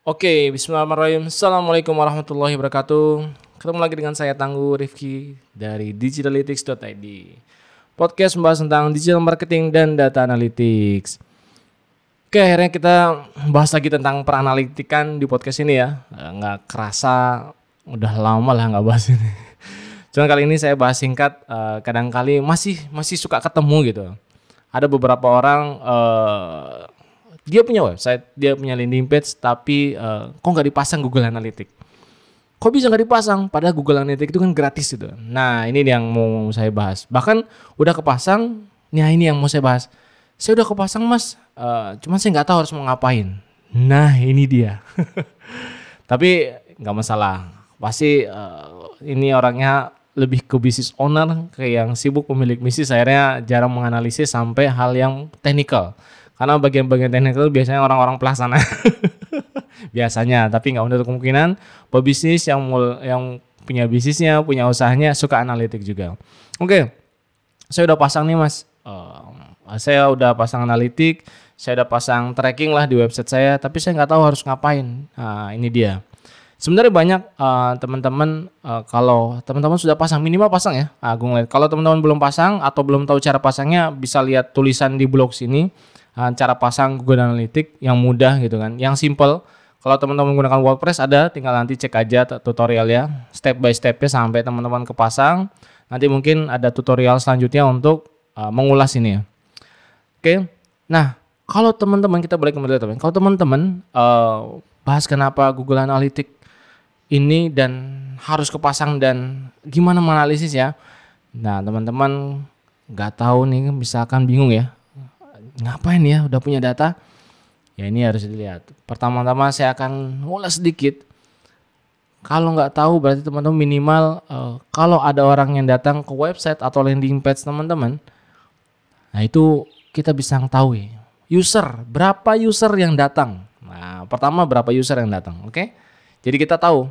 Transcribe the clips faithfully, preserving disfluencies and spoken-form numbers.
Oke, bismillahirrahmanirrahim. Assalamualaikum warahmatullahi wabarakatuh. Ketemu lagi dengan saya Tangguh Rifki dari digitalytics dot i d. Podcast membahas tentang digital marketing dan data analytics. Oke, akhirnya kita bahas lagi tentang peranalitikan di podcast ini ya. Nggak kerasa udah lama lah nggak bahas ini. Cuma kali ini saya bahas singkat. Kadang-kali masih masih suka ketemu gitu. Ada beberapa orang uh, dia punya website, dia punya landing page, tapi uh, kok nggak dipasang Google Analytics? Kok bisa nggak dipasang? Padahal Google Analytics itu kan gratis gitu. Nah ini yang mau saya bahas. Bahkan udah kepasang, nah ini yang mau saya bahas. Saya udah kepasang mas, uh, cuman saya nggak tahu harus mau ngapain. Nah ini dia. Tapi nggak masalah. Pasti uh, ini orangnya lebih ke business owner, ke yang sibuk pemilik bisnis, akhirnya jarang menganalisis sampai hal yang teknikal. Karena bagian-bagian teknikal biasanya orang-orang pelaksana. Biasanya, tapi nggak menutup kemungkinan pebisnis yang mul- yang punya bisnisnya, punya usahanya suka analitik juga. Oke, saya udah pasang nih mas. Uh, saya udah pasang analitik, saya udah pasang tracking lah di website saya, tapi saya nggak tahu harus ngapain. Nah, ini dia. Sebenarnya banyak uh, teman-teman uh, kalau teman-teman sudah pasang, minimal pasang ya. Nah, gue ngeliat. Kalau teman-teman belum pasang atau belum tahu cara pasangnya, bisa lihat tulisan di blog sini. Cara pasang Google Analytics yang mudah gitu kan, yang simple. Kalau teman-teman menggunakan WordPress ada, tinggal nanti cek aja tutorial ya, step by stepnya sampai teman-teman kepasang. Nanti mungkin ada tutorial selanjutnya untuk uh, mengulas ini ya. Oke, nah kalau teman-teman kita balik kembali teman, kalau teman-teman uh, bahas kenapa Google Analytics ini dan harus kepasang dan gimana menganalisis ya. Nah teman-teman nggak tahu nih, misalkan bingung ya. Ngapain ya udah punya data? Ya ini harus dilihat. Pertama-tama saya akan ngulas sedikit. Kalau nggak tahu berarti teman-teman minimal uh, kalau ada orang yang datang ke website atau landing page teman-teman, nah itu kita bisa tahu ya. User, berapa user yang datang? Nah pertama berapa user yang datang, oke? Okay? Jadi kita tahu.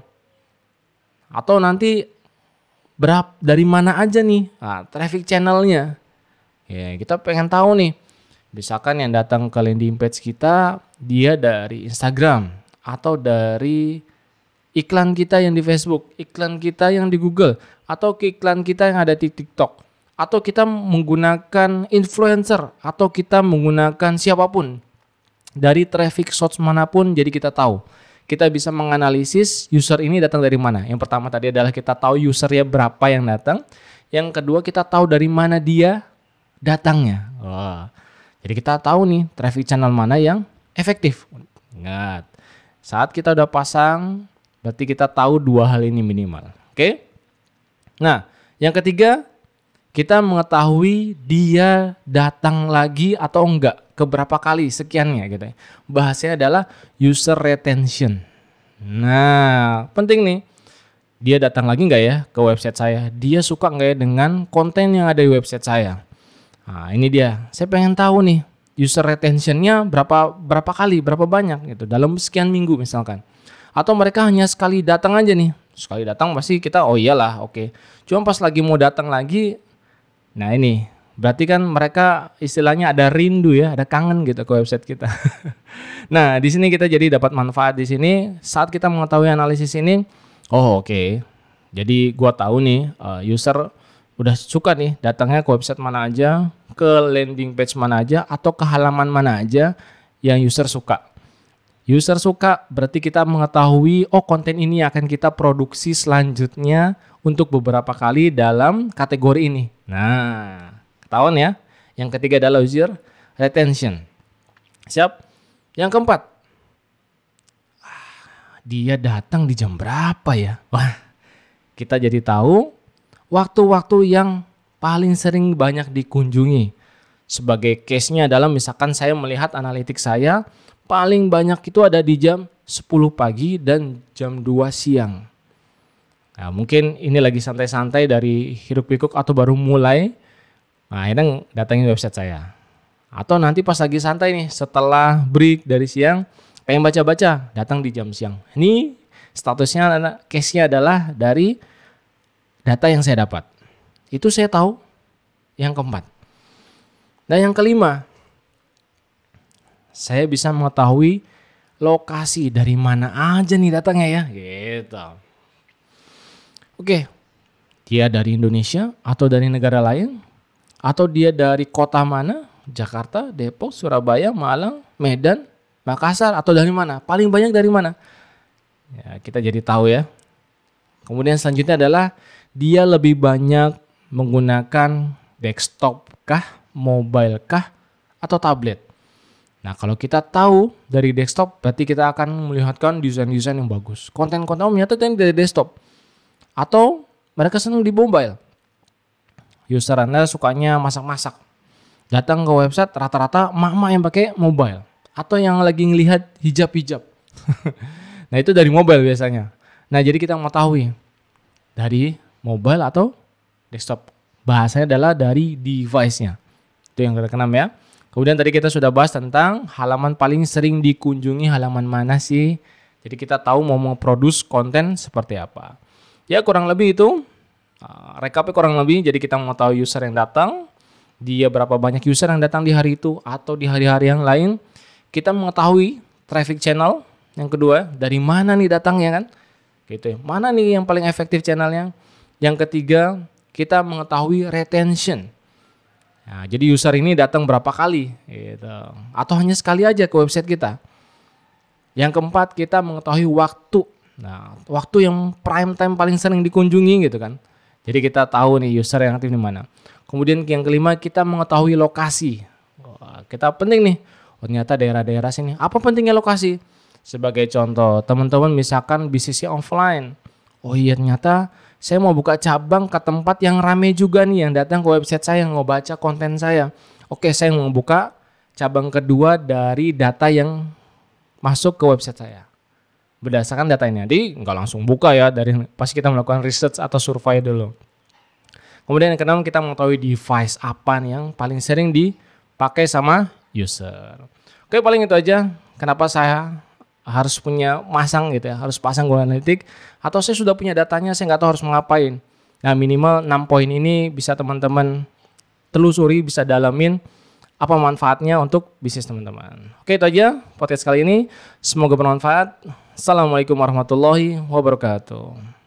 Atau nanti berapa dari mana aja nih? Nah, traffic channelnya. Ya kita pengen tahu nih. Misalkan yang datang ke landing page kita dia dari Instagram atau dari iklan kita yang di Facebook, iklan kita yang di Google, atau iklan kita yang ada di TikTok, atau kita menggunakan influencer, atau kita menggunakan siapapun dari traffic source manapun. Jadi kita tahu, kita bisa menganalisis user ini datang dari mana. Yang pertama tadi adalah kita tahu usernya berapa yang datang. Yang kedua kita tahu dari mana dia datangnya. Wah. Jadi kita tahu nih traffic channel mana yang efektif. Ingat, saat kita udah pasang, berarti kita tahu dua hal ini minimal. Oke? Nah, yang ketiga, kita mengetahui dia datang lagi atau enggak, keberapa kali, sekiannya gitu. Bahasanya adalah user retention. Nah, penting nih. Dia datang lagi enggak ya ke website saya? Dia suka enggak ya dengan konten yang ada di website saya? Nah ini dia, saya pengen tahu nih user retentionnya berapa berapa kali, berapa banyak gitu dalam sekian minggu misalkan. Atau mereka hanya sekali datang aja nih, sekali datang pasti kita oh iyalah oke. Okay. Cuma pas lagi mau datang lagi, nah ini berarti kan mereka istilahnya ada rindu ya, ada kangen gitu ke website kita. Nah di sini kita jadi dapat manfaat di sini saat kita mengetahui analisis ini. Oh oke, okay. Jadi gua tahu nih uh, user udah suka nih datangnya ke website mana aja, ke landing page mana aja, atau ke halaman mana aja yang user suka. User suka berarti kita mengetahui oh konten ini akan kita produksi selanjutnya untuk beberapa kali dalam kategori ini. Nah, ketahuan ya. Yang ketiga adalah user retention. Siap? Yang keempat, dia datang di jam berapa ya? Wah, kita jadi tahu waktu-waktu yang paling sering banyak dikunjungi. Sebagai case-nya adalah misalkan saya melihat analitik saya paling banyak itu ada di jam sepuluh pagi dan jam dua siang. Nah, mungkin ini lagi santai-santai dari hiruk-pikuk atau baru mulai. Nah, akhirnya datangin website saya. Atau nanti pas lagi santai nih setelah break dari siang pengen baca-baca, datang di jam siang. Ini statusnya, case-nya adalah dari data yang saya dapat. Itu saya tahu. Yang keempat. Dan yang kelima, saya bisa mengetahui lokasi dari mana aja nih datangnya ya, gitu. Oke, dia dari Indonesia atau dari negara lain, atau dia dari kota mana, Jakarta, Depok, Surabaya, Malang, Medan, Makassar, atau dari mana? Paling banyak dari mana? Ya, kita jadi tahu ya. Kemudian selanjutnya adalah dia lebih banyak menggunakan desktop kah, mobile kah, atau tablet. Nah, kalau kita tahu dari desktop, berarti kita akan melihatkan desain-desain yang bagus. Konten-konten oh, ternyata ini dari desktop. Atau mereka senang di mobile. User Anda sukanya masak-masak. Datang ke website rata-rata emak-emak yang pakai mobile. Atau yang lagi ngelihat hijab-hijab. Nah, itu dari mobile biasanya. Nah, jadi kita mau tahu ya, dari mobile atau desktop. Bahasanya adalah dari device-nya. Itu yang kita kenal ya. Kemudian tadi kita sudah bahas tentang halaman paling sering dikunjungi halaman mana sih. Jadi kita tahu mau memproduce konten seperti apa. Ya kurang lebih itu. Uh, recapnya kurang lebih. Jadi kita mau tahu user yang datang. Dia berapa banyak user yang datang di hari itu. Atau di hari-hari yang lain. Kita mengetahui traffic channel. Yang kedua, dari mana nih datangnya kan. Gitu ya. Mana nih yang paling efektif channelnya. Yang ketiga, kita mengetahui retention. Nah, jadi user ini datang berapa kali gitu. Atau hanya sekali aja ke website kita. Yang keempat, kita mengetahui waktu. Nah, waktu yang prime time paling sering dikunjungi gitu kan. Jadi kita tahu nih user yang aktif di mana. Kemudian yang kelima, kita mengetahui lokasi. Wah, kita penting nih. Oh, ternyata daerah-daerah sini. Apa pentingnya lokasi? Sebagai contoh, teman-teman misalkan bisnisnya offline. Oh iya, ternyata saya mau buka cabang ke tempat yang rame juga nih, yang datang ke website saya, mau baca konten saya. Oke, saya mau buka cabang kedua dari data yang masuk ke website saya. Berdasarkan data ini. Jadi nggak langsung buka ya, dari pasti kita melakukan research atau survei dulu. Kemudian yang keenam, kita mengetahui device apa nih yang paling sering dipakai sama user. Oke, paling itu aja. Kenapa saya harus punya masang gitu ya, harus pasang Google Analytics, atau saya sudah punya datanya, saya nggak tahu harus mengapain. Nah, minimal enam poin ini bisa teman-teman telusuri, bisa dalamin apa manfaatnya untuk bisnis teman-teman. Oke, itu aja podcast kali ini. Semoga bermanfaat. Assalamualaikum warahmatullahi wabarakatuh.